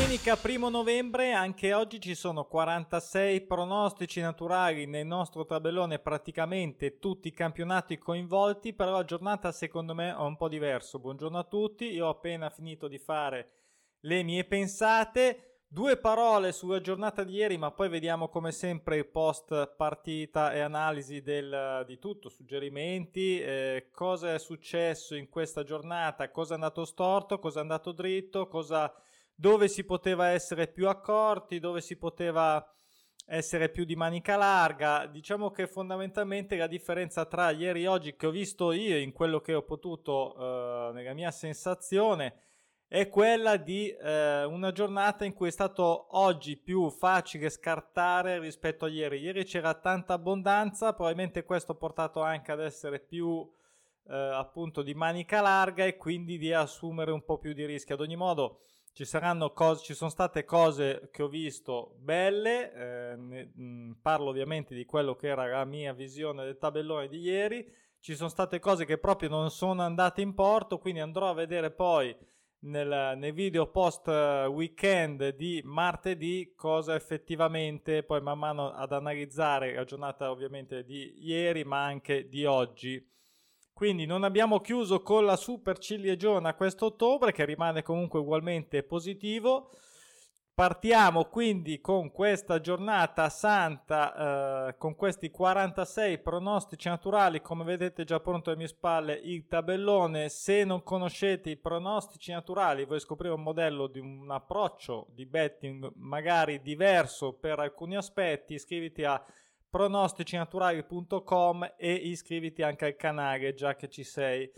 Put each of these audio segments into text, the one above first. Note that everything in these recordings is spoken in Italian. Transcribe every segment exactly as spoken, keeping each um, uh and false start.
Domenica primo novembre, anche oggi ci sono quarantasei pronostici naturali nel nostro tabellone, praticamente tutti i campionati coinvolti, però la giornata secondo me è un po' diverso. Buongiorno a tutti, io ho appena finito di fare le mie pensate, due parole sulla giornata di ieri, ma poi vediamo come sempre post partita e analisi del, di tutto, suggerimenti, eh, cosa è successo in questa giornata, cosa è andato storto, cosa è andato dritto, cosa... dove si poteva essere più accorti, dove si poteva essere più di manica larga. Diciamo che fondamentalmente la differenza tra ieri e oggi, che ho visto io in quello che ho potuto, eh, nella mia sensazione, è quella di eh, una giornata in cui è stato oggi più facile scartare rispetto a ieri. Ieri c'era tanta abbondanza, probabilmente questo ha portato anche ad essere più eh, appunto di manica larga e quindi di assumere un po' più di rischi. Ad ogni modo ci saranno cose, ci sono state cose che ho visto belle, eh, ne, mh, parlo ovviamente di quello che era la mia visione del tabellone di ieri, ci sono state cose che proprio non sono andate in porto, quindi andrò a vedere poi nel, nel video post weekend di martedì cosa effettivamente, poi man mano ad analizzare la giornata ovviamente di ieri ma anche di oggi. Quindi non abbiamo chiuso con la super cilieggiona questo ottobre, che rimane comunque ugualmente positivo. Partiamo quindi con questa giornata santa, eh, con questi quarantasei pronostici naturali. Come vedete già pronto alle mie spalle il tabellone. Se non conoscete i pronostici naturali, vuoi scoprire un modello di un approccio di betting magari diverso per alcuni aspetti, iscriviti a pronosticinaturali punto com e iscriviti anche al canale già che ci sei.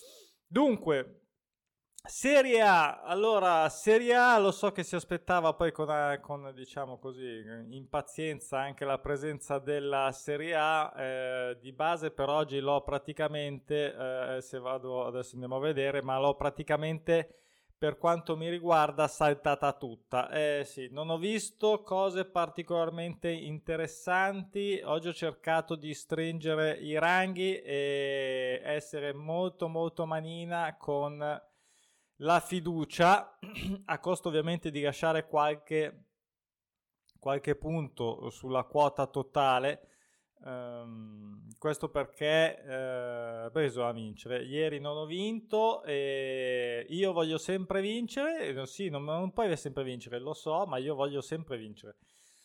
Dunque, Serie A, allora Serie A lo so che si aspettava poi con, con diciamo così impazienza anche la presenza della Serie A, eh, di base per oggi l'ho praticamente, eh, se vado adesso andiamo a vedere, ma l'ho praticamente per quanto mi riguarda saltata tutta. Eh sì, non ho visto cose particolarmente interessanti, oggi ho cercato di stringere i ranghi e essere molto molto manina con la fiducia, a costo ovviamente di lasciare qualche, qualche punto sulla quota totale. Um, questo perché eh, preso a vincere. Ieri non ho vinto e io voglio sempre vincere. Sì, non, non puoi sempre vincere, lo so, ma io voglio sempre vincere.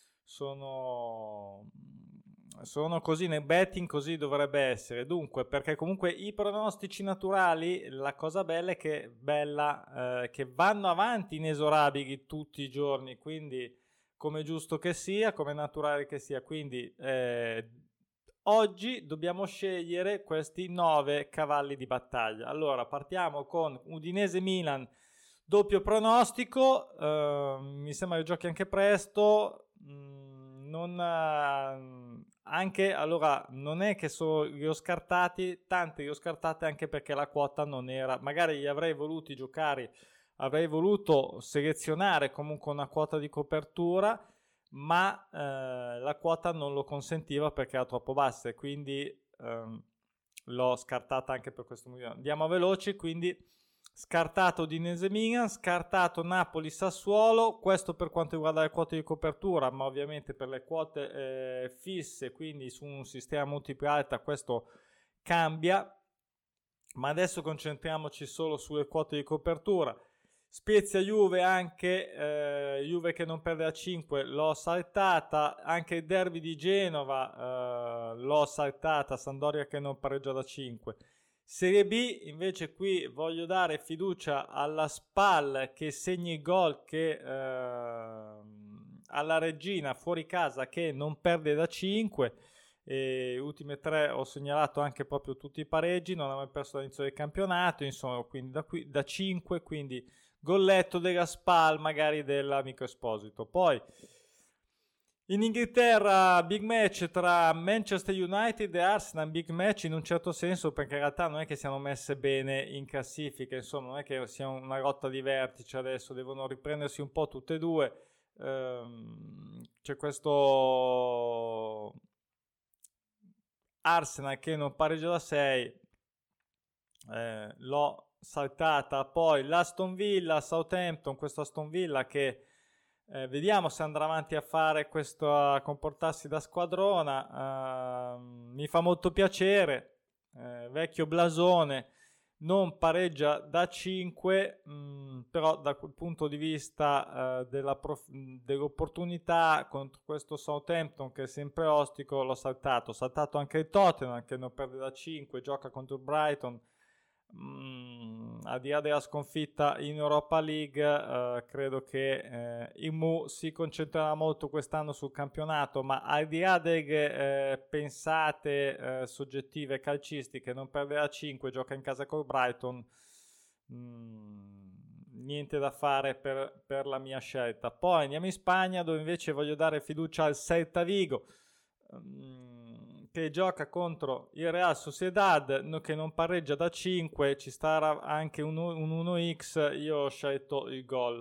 Sono sono così nel betting, così dovrebbe essere. Dunque, perché comunque i pronostici naturali, la cosa bella è che bella eh, che vanno avanti inesorabili tutti i giorni, quindi come giusto che sia, come naturale che sia. Quindi eh, oggi dobbiamo scegliere questi nove cavalli di battaglia. Allora, partiamo con Udinese-Milan, doppio pronostico, eh, mi sembra che giochi anche presto. Mh, non eh, anche allora non è che so, li ho scartati, tanti li ho scartati anche perché la quota non era, magari li avrei voluti giocare, avrei voluto selezionare comunque una quota di copertura, ma eh, la quota non lo consentiva perché era troppo bassa e quindi ehm, l'ho scartata anche per questo motivo. Andiamo a veloci, quindi scartato Udinese Milan, scartato Napoli Sassuolo, questo per quanto riguarda le quote di copertura, ma ovviamente per le quote eh, fisse, quindi su un sistema multipla alta questo cambia, ma adesso concentriamoci solo sulle quote di copertura. Spezia Juve, anche eh, Juve che non perde a cinque, l'ho saltata, anche il derby di Genova eh, l'ho saltata, Sampdoria che non pareggia da cinque. Serie B invece qui voglio dare fiducia alla Spal che segni il gol, che eh, alla Regina fuori casa che non perde da cinque, e ultime tre ho segnalato anche proprio tutti i pareggi, non ha mai perso dall'inizio del campionato, insomma quindi da, qui, da cinque, quindi golletto della Spal magari dell'amico Esposito. Poi in Inghilterra big match tra Manchester United e Arsenal, big match in un certo senso perché in realtà non è che siano messe bene in classifica, insomma non è che sia una rotta di vertice adesso, devono riprendersi un po' tutte e due. Ehm, c'è questo Arsenal che non pareggia da sei, eh, l'ho saltata. Poi l'Aston Villa Southampton, questo Aston Villa che Eh, vediamo se andrà avanti a fare questo, a comportarsi da squadrona. Uh, mi fa molto piacere, eh, vecchio blasone, non pareggia da cinque, mh, però da quel punto di vista uh, della prof- dell'opportunità contro questo Southampton che è sempre ostico, l'ho saltato. Ho saltato anche il Tottenham che non perde da cinque, gioca contro il Brighton. Mm, al di là della sconfitta in Europa League, eh, credo che eh, il Mu si concentrerà molto quest'anno sul campionato, ma al di là delle eh, pensate eh, soggettive calcistiche, non perderà cinque, gioca in casa col Brighton, mm, niente da fare per, per la mia scelta. Poi andiamo in Spagna, dove invece voglio dare fiducia al Celta Vigo, mm, che gioca contro il Real Sociedad, che non pareggia da cinque, ci starà anche un, un uno x, io ho scelto il gol.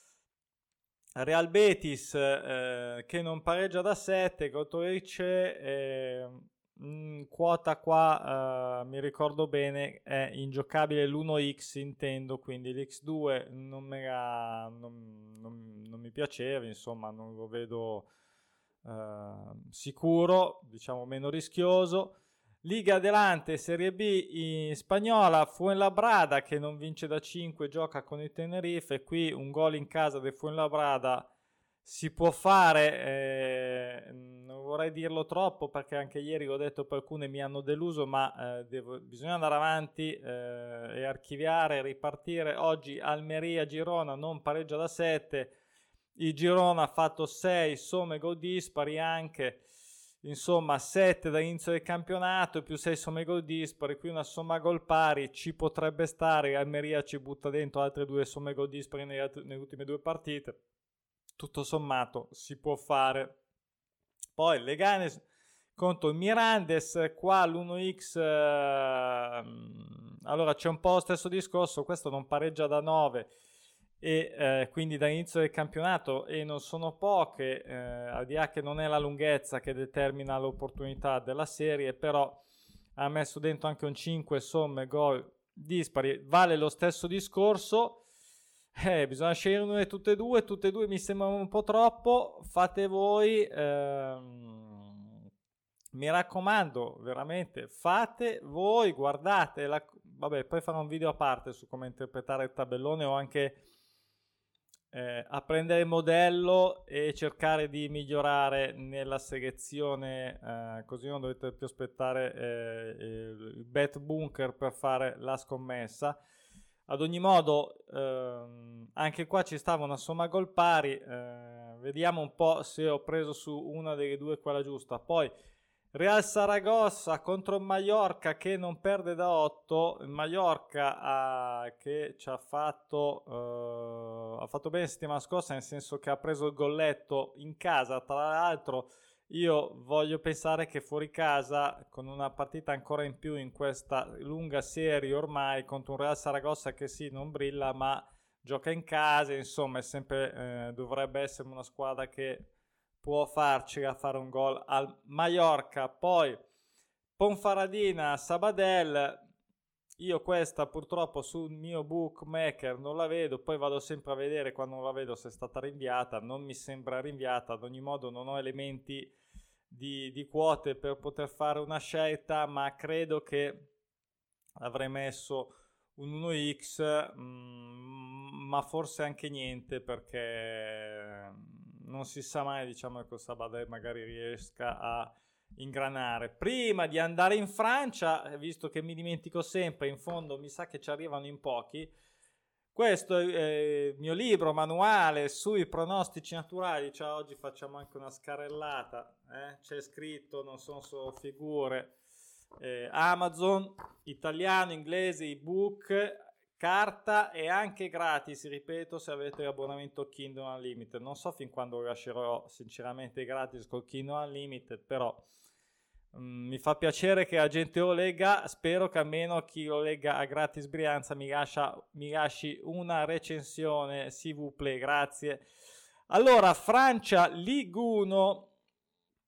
Real Betis eh, che non pareggia da sette contro il Elche, eh, mh, quota qua, eh, mi ricordo bene, è ingiocabile l'uno x, intendo, quindi l'X due non, me la, non, non, non mi piaceva, insomma non lo vedo Uh, sicuro, diciamo meno rischioso. Liga Adelante, Serie B in spagnola, Fuenlabrada che non vince da cinque, gioca con il Tenerife. Qui un gol in casa del Fuenlabrada si può fare, eh, non vorrei dirlo troppo perché anche ieri l'ho detto, per alcune mi hanno deluso, ma eh, devo, bisogna andare avanti eh, e archiviare, ripartire. Oggi Almeria Girona non pareggia da sette, il Girona ha fatto sei somme gol dispari anche, insomma sette dall'inizio del campionato più sei somme gol dispari, qui una somma gol pari ci potrebbe stare. Almeria ci butta dentro altre due somme gol dispari nelle, nelle ultime due partite, tutto sommato si può fare. Poi Leganes contro il Mirandes, qua l'uno x, eh, allora c'è un po' lo stesso discorso, questo non pareggia da nove e eh, quindi dall'inizio del campionato, e non sono poche, eh, al di là che non è la lunghezza che determina l'opportunità della serie, però ha messo dentro anche un cinque somme gol dispari, vale lo stesso discorso. Eh, bisogna scegliere una di tutte e due, tutte e due mi sembrano un po' troppo, fate voi, ehm, mi raccomando, veramente fate voi, guardate la, vabbè, poi farò un video a parte su come interpretare il tabellone o anche Eh, a prendere il modello e cercare di migliorare nella selezione, eh, così non dovete più aspettare eh, il bet bunker per fare la scommessa. Ad ogni modo, ehm, anche qua ci stava una somma gol pari, eh, vediamo un po' se ho preso su una delle due quella giusta. Poi Real Saragossa contro il Mallorca che non perde da otto. Il Mallorca ha, che ci ha fatto uh, ha fatto bene settimana scorsa, nel senso che ha preso il golletto in casa. Tra l'altro io voglio pensare che fuori casa, con una partita ancora in più in questa lunga serie ormai, contro un Real Saragossa che sì non brilla ma gioca in casa, insomma è sempre, eh, dovrebbe essere una squadra che può farcela fare un gol al Mallorca. Poi Ponfaradina Sabadell, io questa purtroppo sul mio bookmaker non la vedo, poi vado sempre a vedere quando la vedo se è stata rinviata, non mi sembra rinviata. Ad ogni modo non ho elementi di, di quote per poter fare una scelta, ma credo che avrei messo un uno x, mh, ma forse anche niente, perché non si sa mai, diciamo che Sabadell magari riesca a ingranare. Prima di andare in Francia, visto che mi dimentico sempre, in fondo mi sa che ci arrivano in pochi, questo è il mio libro manuale sui pronostici naturali, cioè oggi facciamo anche una scarrellata, eh? C'è scritto, non sono solo figure, eh, Amazon, italiano, inglese, ebook, carta e anche gratis, ripeto, se avete l'abbonamento Kindle Unlimited. Non so fin quando lo lascerò sinceramente gratis col Kindle Unlimited, però mm, mi fa piacere che la gente lo legga. Spero che almeno chi lo legga a gratis Brianza mi, lascia, mi lasci una recensione, s'il vous plaît, grazie. Allora, Francia, Ligue uno,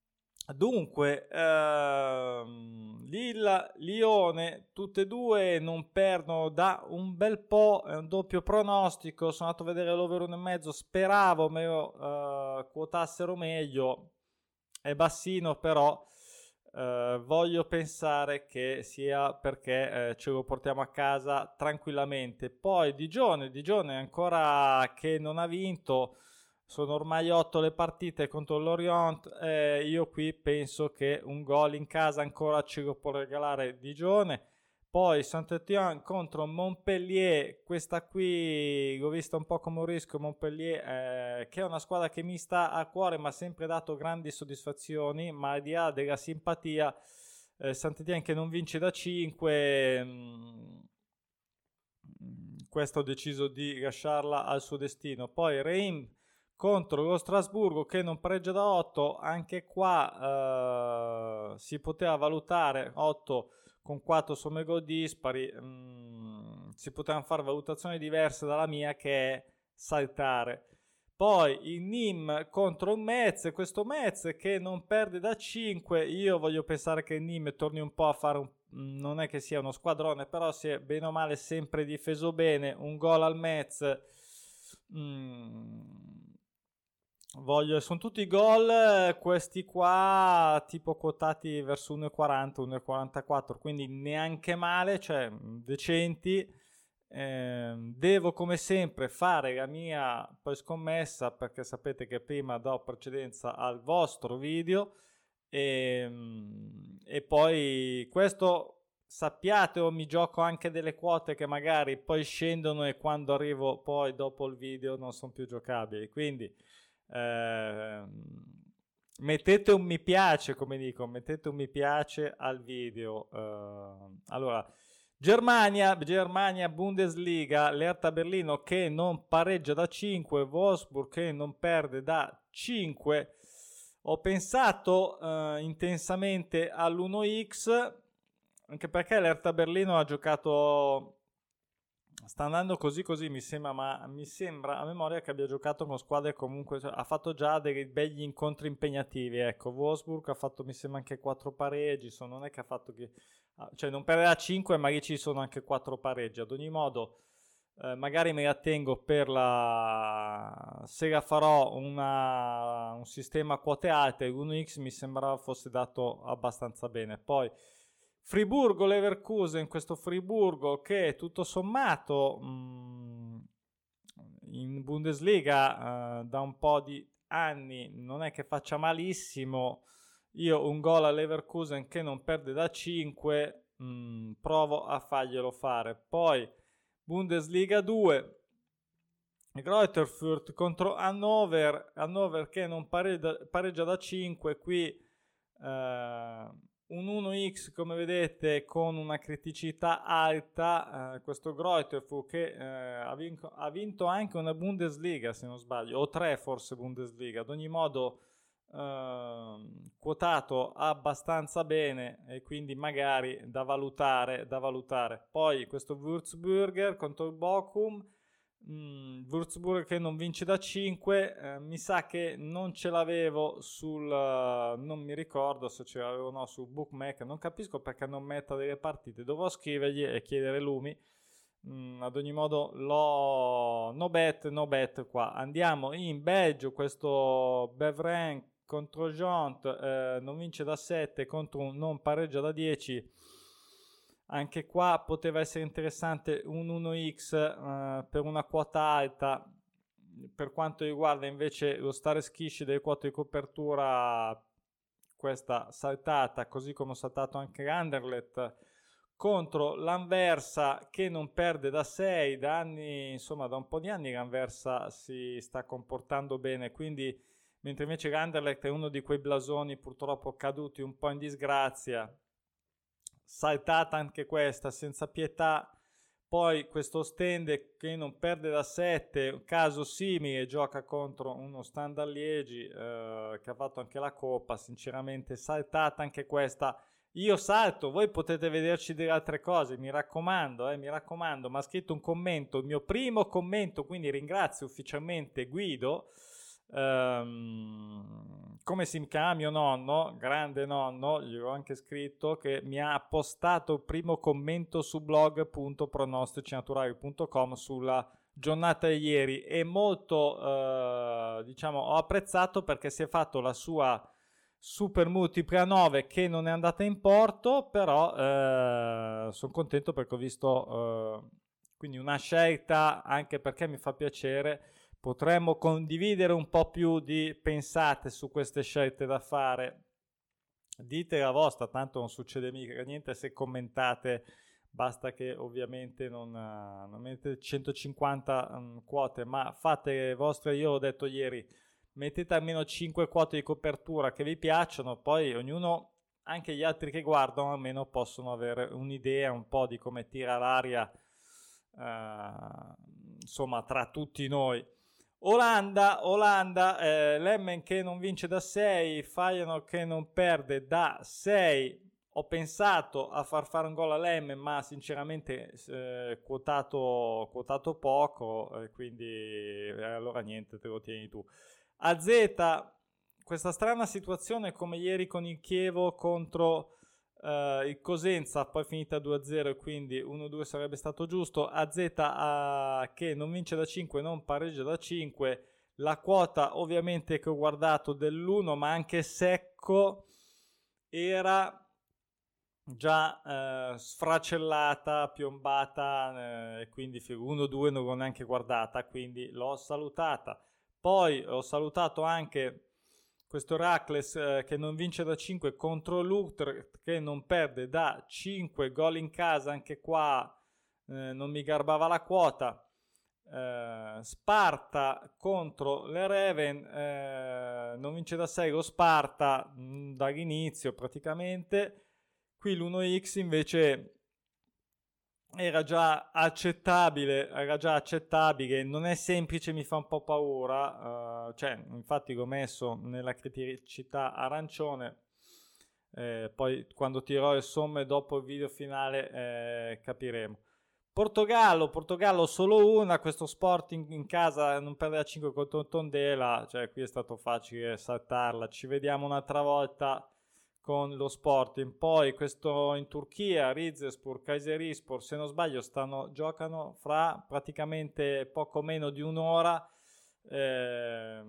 Dunque, ehm, Lilla, Lione, tutte e due non perdono da un bel po', è un doppio pronostico, sono andato a vedere l'over uno e mezzo, speravo me lo eh, quotassero meglio, è bassino però eh, voglio pensare che sia perché eh, ce lo portiamo a casa tranquillamente. Poi Digione, Digione ancora che non ha vinto, sono ormai otto le partite contro l'Orient, eh, io qui penso che un gol in casa ancora ce lo può regalare Digione. Poi Saint-Étienne contro Montpellier, questa qui l'ho vista un po' come un rischio. Montpellier eh, che è una squadra che mi sta a cuore, ma ha sempre dato grandi soddisfazioni, ma al di là della simpatia, eh, Saint-Étienne che non vince da cinque, mh, questo ho deciso di lasciarla al suo destino. Poi Reims contro lo Strasburgo che non pareggia da otto, anche qua eh, si poteva valutare otto con quattro somme gol dispari, mh, si potevano fare valutazioni diverse dalla mia che è saltare. Poi il Nîmes contro il Metz, questo Metz che non perde da cinque, io voglio pensare che il Nîmes torni un po' a fare un, non è che sia uno squadrone, però si è bene o male sempre difeso bene, un gol al Metz, mh, voglio, sono tutti gol questi qua tipo quotati verso uno e quaranta, uno e quarantaquattro, quindi neanche male, cioè decenti. Eh, devo come sempre fare la mia poi scommessa, perché sapete che prima do precedenza al vostro video, e, e poi questo sappiate, o mi gioco anche delle quote che magari poi scendono e quando arrivo poi dopo il video non sono più giocabili, quindi eh, mettete un mi piace, come dico, mettete un mi piace al video. Eh, allora, Germania, Germania Bundesliga, l'Hertha Berlino che non pareggia da cinque, Wolfsburg che non perde da cinque. Ho pensato eh, intensamente all'uno x, anche perché l'Hertha Berlino ha giocato, sta andando così così mi sembra, ma mi sembra a memoria che abbia giocato con squadre comunque, cioè, ha fatto già dei begli incontri impegnativi, ecco. Wolfsburg ha fatto mi sembra anche quattro pareggi, so, non è che ha fatto che, cioè non perderà cinque, ma lì ci sono anche quattro pareggi. Ad ogni modo eh, magari me la tengo per la, se la farò una, un sistema a quote alte, l'uno x mi sembrava fosse dato abbastanza bene. Poi Friburgo Leverkusen, questo Friburgo che tutto sommato mh, in Bundesliga eh, da un po' di anni non è che faccia malissimo. Io un gol a Leverkusen che non perde da cinque, mh, provo a farglielo fare. Poi Bundesliga due, Greuther Fürth contro Hannover, Hannover che non pareggia, pareggia da cinque, qui eh, un uno x come vedete con una criticità alta, eh, questo Greuther Fürth che eh, ha, vinco, ha vinto anche una Bundesliga se non sbaglio, o tre forse Bundesliga, ad ogni modo Uh, quotato abbastanza bene e quindi magari da valutare, da valutare. Poi questo Würzburger contro il Bochum, mm, Würzburger che non vince da cinque, eh, mi sa che non ce l'avevo sul uh, non mi ricordo se ce l'avevo o no sul bookmaker, non capisco perché non metta delle partite, dovrò scrivergli e chiedere lumi. Mm, ad ogni modo lo no bet no bet qua. Andiamo in Belgio, questo Beveren contro Jont, eh, non vince da sette contro un non pareggia da dieci, anche qua poteva essere interessante un uno x eh, per una quota alta. Per quanto riguarda invece lo stare schish delle quote di copertura, questa saltata, così come ho saltato anche l'Anderlecht contro l'Anversa che non perde da sei, da anni, insomma da un po' di anni l'Anversa si sta comportando bene, quindi mentre invece l'Anderlecht è uno di quei blasoni purtroppo caduti un po' in disgrazia, saltata anche questa senza pietà. Poi questo Stende che non perde da sette, un caso simile, gioca contro uno Standard Liegi eh, che ha fatto anche la Coppa, sinceramente saltata anche questa. Io salto, voi potete vederci delle altre cose, mi raccomando, eh, mi raccomando, mi ha scritto un commento, il mio primo commento, quindi ringrazio ufficialmente Guido, ehm, come si chiama mio nonno, grande nonno, gli ho anche scritto, che mi ha postato il primo commento su blog punto pronostici naturali punto com sulla giornata di ieri, e molto eh, diciamo ho apprezzato, perché si è fatto la sua super multipla nove che non è andata in porto, però eh, sono contento perché ho visto eh, quindi una scelta, anche perché mi fa piacere. Potremmo condividere un po' più di pensate su queste scelte da fare. Dite la vostra, tanto non succede mica niente se commentate, basta che ovviamente non, uh, non mettete centocinquanta um, quote, ma fate le vostre. Io ho detto ieri, mettete almeno cinque quote di copertura che vi piacciono, poi ognuno, anche gli altri che guardano, almeno possono avere un'idea un po' di come tira l'aria, uh, insomma, tra tutti noi. Olanda, Olanda, eh, Lemmen che non vince da sei, Feyenoord che non perde da sei. Ho pensato a far fare un gol a Lemmen, ma sinceramente eh, quotato, quotato poco, eh, quindi eh, allora niente, te lo tieni tu. A Z, questa strana situazione come ieri con il Chievo contro Uh, il Cosenza, poi finita due a zero e quindi uno a due sarebbe stato giusto. A Z uh, che non vince da cinque, non pareggia da cinque. La quota ovviamente che ho guardato dell'uno, ma anche secco, era già uh, sfracellata, piombata, e uh, quindi uno a due non l'ho neanche guardata, quindi l'ho salutata. Poi ho salutato anche questo Heracles eh, che non vince da cinque contro l'Utrecht che non perde da cinque, gol in casa, anche qua eh, non mi garbava la quota. eh, Sparta contro le Reven, eh, non vince da sei lo Sparta mh, dall'inizio praticamente. Qui l'uno x invece era già accettabile, era già accettabile, non è semplice, mi fa un po' paura, uh, cioè infatti l'ho messo nella criticità arancione, eh, poi quando tirerò le somme dopo il video finale eh, capiremo. Portogallo, Portogallo solo una, questo Sporting in casa non perde a cinque contro Tondela, cioè qui è stato facile saltarla, ci vediamo un'altra volta con lo Sporting. Poi questo in Turchia, Rizespor, Kayserispor, se non sbaglio stanno, giocano fra praticamente poco meno di un'ora. Eh,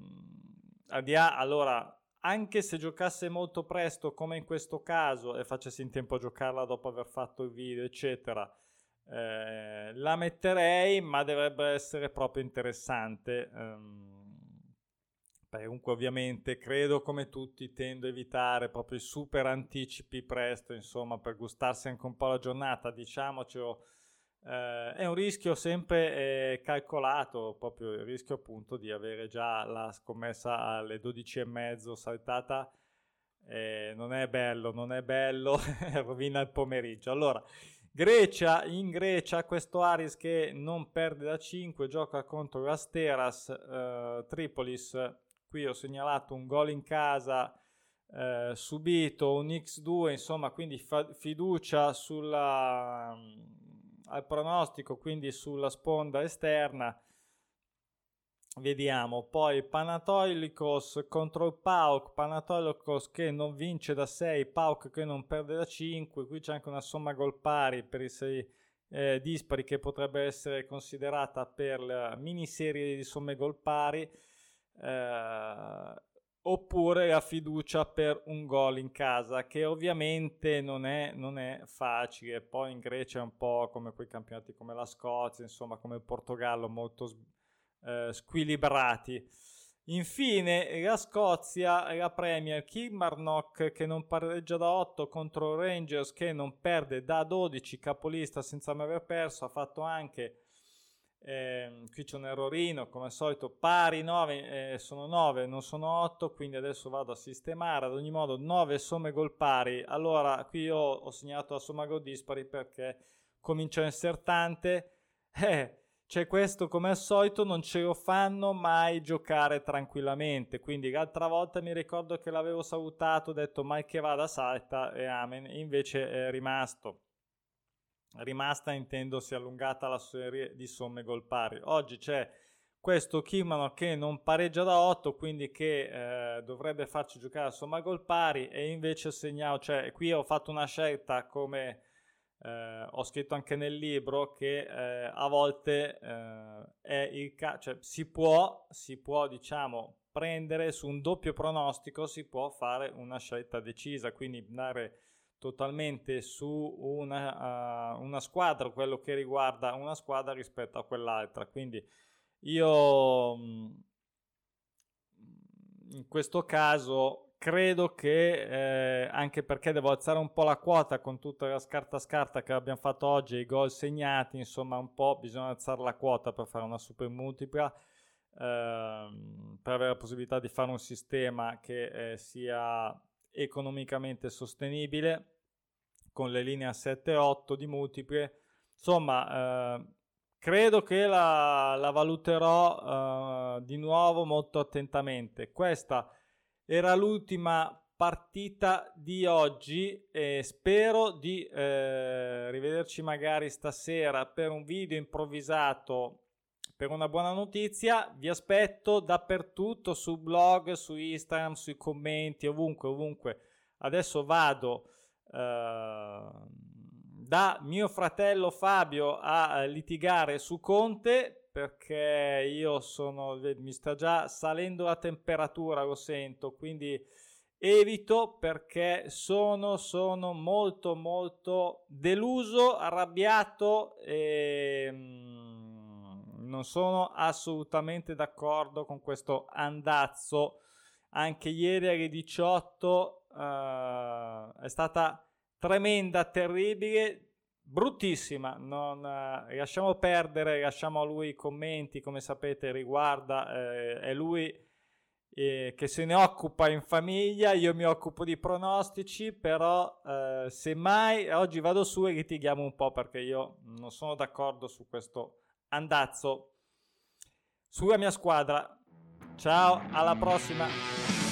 allora, anche se giocasse molto presto come in questo caso e facessi in tempo a giocarla dopo aver fatto il video eccetera, eh, la metterei, ma dovrebbe essere proprio interessante. Um, Comunque ovviamente credo come tutti tendo a evitare proprio i super anticipi presto, insomma, per gustarsi anche un po' la giornata, diciamocelo. Eh, è un rischio sempre eh, calcolato, proprio il rischio appunto di avere già la scommessa alle dodici e mezzo saltata. Eh, non è bello, non è bello, rovina il pomeriggio. Allora, Grecia, in Grecia questo Aris che non perde da cinque, gioca contro l'Asteras, eh, Tripolis. Qui ho segnalato un gol in casa eh, subito, un ics due, insomma, quindi fa- fiducia sulla, al pronostico, quindi sulla sponda esterna. Vediamo, poi Panatolikos contro il PAOK, Panatolikos che non vince da sei, PAOK che non perde da cinque, qui c'è anche una somma gol pari per i sei eh, dispari che potrebbe essere considerata per la miniserie di somme gol pari. Eh, oppure la fiducia per un gol in casa, che ovviamente non è, non è facile. Poi in Grecia è un po' come quei campionati come la Scozia, insomma come il Portogallo, molto eh, squilibrati. Infine la Scozia, la Premier, Kilmarnock che non pareggia da otto contro Rangers che non perde da dodici, capolista senza mai aver perso, ha fatto anche Eh, qui c'è un errorino come al solito, pari nove, eh, sono nove, non sono otto, quindi adesso vado a sistemare. Ad ogni modo nove somme gol pari. Allora qui io ho segnato la somma gol dispari perché comincia a essere tante. Eh, c'è questo come al solito, non ce lo fanno mai giocare tranquillamente, quindi l'altra volta mi ricordo che l'avevo salutato, ho detto mai che vada salta e amen, invece è rimasto. Rimasta intendo si è allungata la serie di somme gol pari. Oggi c'è questo Kimano che non pareggia da otto, quindi che eh, dovrebbe farci giocare a somma gol pari, e invece segnavo, cioè qui ho fatto una scelta, come eh, ho scritto anche nel libro, che eh, a volte eh, è il ca- cioè si può, si può diciamo prendere su un doppio pronostico, si può fare una scelta decisa, quindi andare totalmente su una, uh, una squadra, quello che riguarda una squadra rispetto a quell'altra. Quindi io in questo caso credo che eh, anche perché devo alzare un po' la quota con tutta la scarta scarta che abbiamo fatto oggi, i gol segnati, insomma un po' bisogna alzare la quota per fare una super multipla, eh, per avere la possibilità di fare un sistema che eh, sia economicamente sostenibile con le linee a sette otto di multiple. Insomma eh, credo che la, la valuterò uh, di nuovo molto attentamente. Questa era l'ultima partita di oggi e spero di eh, rivederci magari stasera per un video improvvisato per una buona notizia. Vi aspetto dappertutto, sul blog, su Instagram, sui commenti, ovunque, ovunque. Adesso vado uh, da mio fratello Fabio a litigare su Conte, perché io sono, mi sta già salendo la temperatura, lo sento, quindi evito, perché sono, sono molto molto deluso, arrabbiato e mm, non sono assolutamente d'accordo con questo andazzo. Anche ieri alle diciotto uh, è stata tremenda, terribile, bruttissima. Non, eh, lasciamo perdere, lasciamo a lui i commenti, come sapete riguarda, eh, è lui eh, che se ne occupa in famiglia, io mi occupo di pronostici, però eh, semmai oggi vado su e litighiamo un po', perché io non sono d'accordo su questo andazzo sulla mia squadra. Ciao, alla prossima.